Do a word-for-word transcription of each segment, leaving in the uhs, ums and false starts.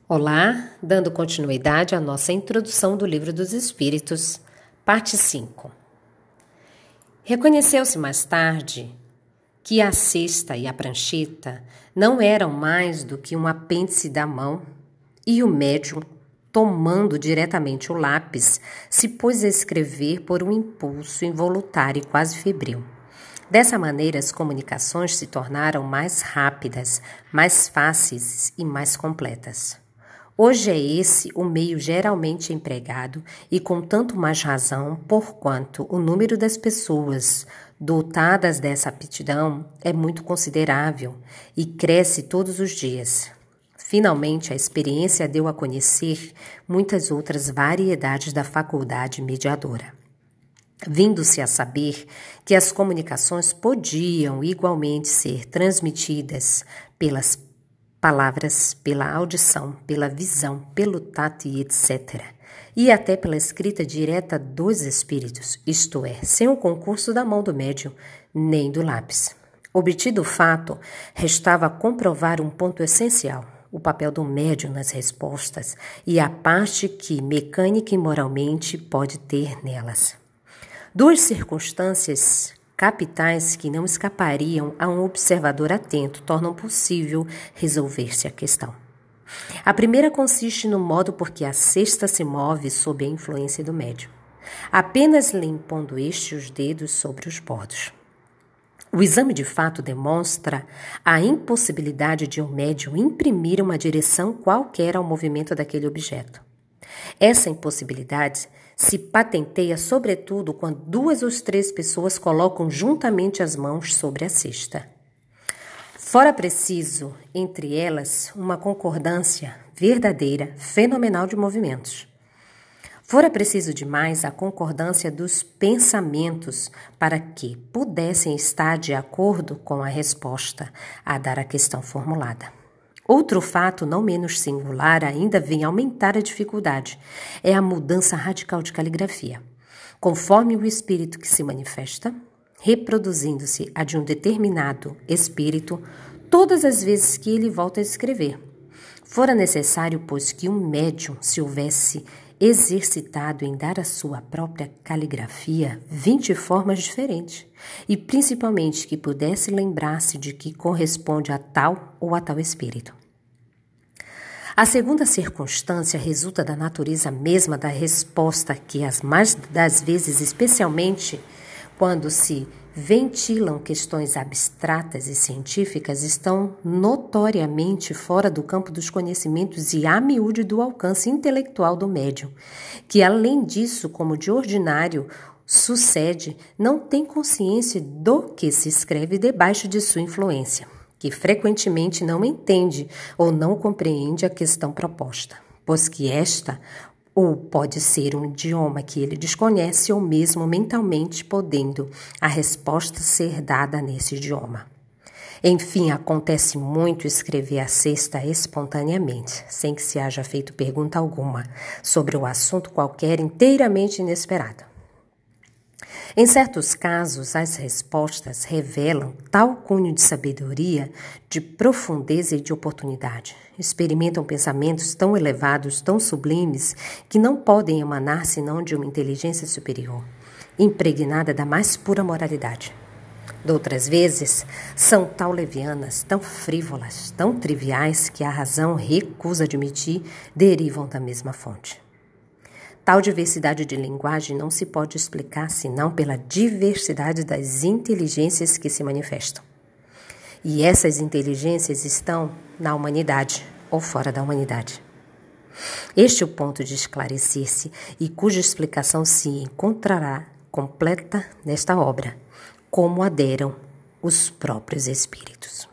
Olá, dando continuidade à nossa introdução do Livro dos Espíritos, parte cinco. Reconheceu-se mais tarde que a cesta e a prancheta não eram mais do que um apêndice da mão e o médium, tomando diretamente o lápis, se pôs a escrever por um impulso involuntário e quase febril. Dessa maneira, as comunicações se tornaram mais rápidas, mais fáceis e mais completas. Hoje é esse o meio geralmente empregado e com tanto mais razão, porquanto o número das pessoas dotadas dessa aptidão é muito considerável e cresce todos os dias. Finalmente, a experiência deu a conhecer muitas outras variedades da faculdade mediadora, vindo-se a saber que as comunicações podiam igualmente ser transmitidas pelas palavras, pela audição, pela visão, pelo tato e etcétera, e até pela escrita direta dos espíritos, isto é, sem o concurso da mão do médium, nem do lápis. Obtido o fato, restava comprovar um ponto essencial, o papel do médium nas respostas e a parte que, mecânica e moralmente, pode ter nelas. Duas circunstâncias capitais que não escapariam a um observador atento tornam possível resolver-se a questão. A primeira consiste no modo por que a cesta se move sob a influência do médium, apenas lhe impondo este os dedos sobre os bordos. O exame de fato demonstra a impossibilidade de um médium imprimir uma direção qualquer ao movimento daquele objeto. Essa impossibilidade se patenteia sobretudo quando duas ou três pessoas colocam juntamente as mãos sobre a cesta. Fora preciso, entre elas, uma concordância verdadeira, fenomenal de movimentos. Fora preciso demais a concordância dos pensamentos para que pudessem estar de acordo com a resposta a dar à questão formulada. Outro fato não menos singular ainda vem aumentar a dificuldade, é a mudança radical de caligrafia. Conforme o espírito que se manifesta, reproduzindo-se a de um determinado espírito, todas as vezes que ele volta a escrever. Fora necessário, pois, que um médium se houvesse exercitado em dar à sua própria caligrafia vinte formas diferentes, e principalmente que pudesse lembrar-se de que corresponde a tal ou a tal espírito. A segunda circunstância resulta da natureza mesma da resposta que, as mais das vezes, especialmente quando se ventilam questões abstratas e científicas, estão notoriamente fora do campo dos conhecimentos e a miúde do alcance intelectual do médium, que, além disso, como de ordinário sucede, não tem consciência do que se escreve debaixo de sua influência, que frequentemente não entende ou não compreende a questão proposta, pois que esta ou pode ser um idioma que ele desconhece ou mesmo mentalmente podendo a resposta ser dada nesse idioma. Enfim, acontece muito escrever a cesta espontaneamente, sem que se haja feito pergunta alguma sobre o assunto qualquer inteiramente inesperado. Em certos casos, as respostas revelam tal cunho de sabedoria, de profundeza e de oportunidade. Experimentam pensamentos tão elevados, tão sublimes, que não podem emanar senão de uma inteligência superior, impregnada da mais pura moralidade. Doutras vezes, são tão levianas, tão frívolas, tão triviais, que a razão recusa admitir, derivam da mesma fonte. Tal diversidade de linguagem não se pode explicar senão pela diversidade das inteligências que se manifestam. E essas inteligências estão na humanidade ou fora da humanidade. Este é o ponto de esclarecer-se e cuja explicação se encontrará completa nesta obra, como aderam os próprios espíritos.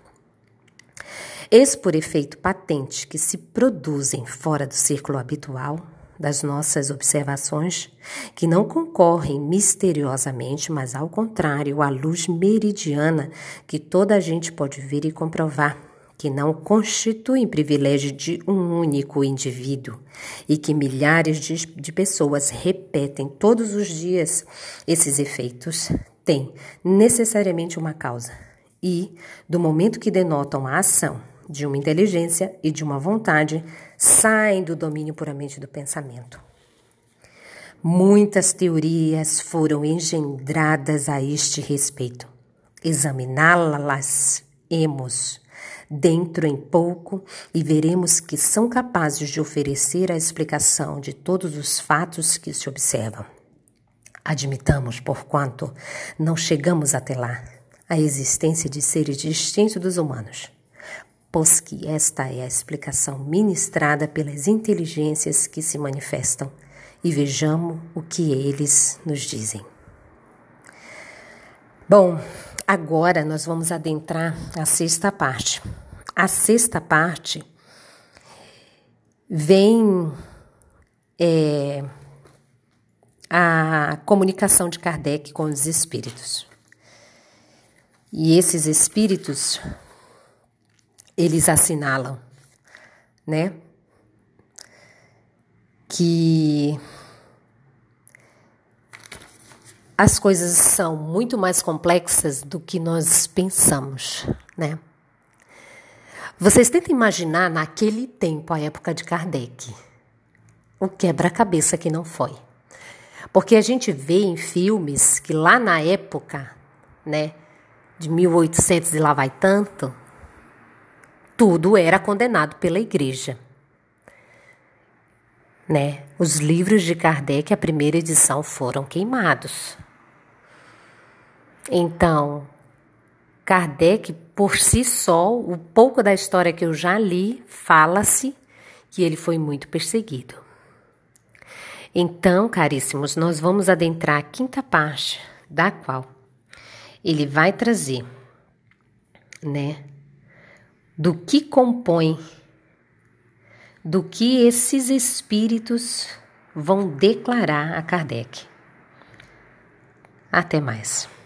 Eis por efeito patente que se produzem fora do círculo habitual das nossas observações, que não concorrem misteriosamente, mas ao contrário, à luz meridiana que toda a gente pode ver e comprovar, que não constituem privilégio de um único indivíduo e que milhares de, de pessoas repetem todos os dias. Esses efeitos têm necessariamente uma causa e, do momento que denotam a ação de uma inteligência e de uma vontade saem do domínio puramente do pensamento. Muitas teorias foram engendradas a este respeito. Examiná-las-emos dentro em pouco e veremos que são capazes de oferecer a explicação de todos os fatos que se observam. Admitamos, porquanto não chegamos até lá, a existência de seres distintos dos humanos, pois que esta é a explicação ministrada pelas inteligências que se manifestam, e vejamos o que eles nos dizem. Bom, agora nós vamos adentrar a sexta parte. A sexta parte vem é, a comunicação de Kardec com os espíritos. E esses espíritos, eles assinalam, né, que as coisas são muito mais complexas do que nós pensamos, né? Vocês tentem imaginar naquele tempo, a época de Kardec, o quebra-cabeça que não foi. Porque a gente vê em filmes que lá na época, né, de mil e oitocentos e lá vai tanto, tudo era condenado pela igreja. Né? Os livros de Kardec, a primeira edição, foram queimados. Então, Kardec, por si só, o pouco da história que eu já li, fala-se que ele foi muito perseguido. Então, caríssimos, nós vamos adentrar a quinta parte, da qual ele vai trazer, né, do que compõe, do que esses espíritos vão declarar a Kardec. Até mais.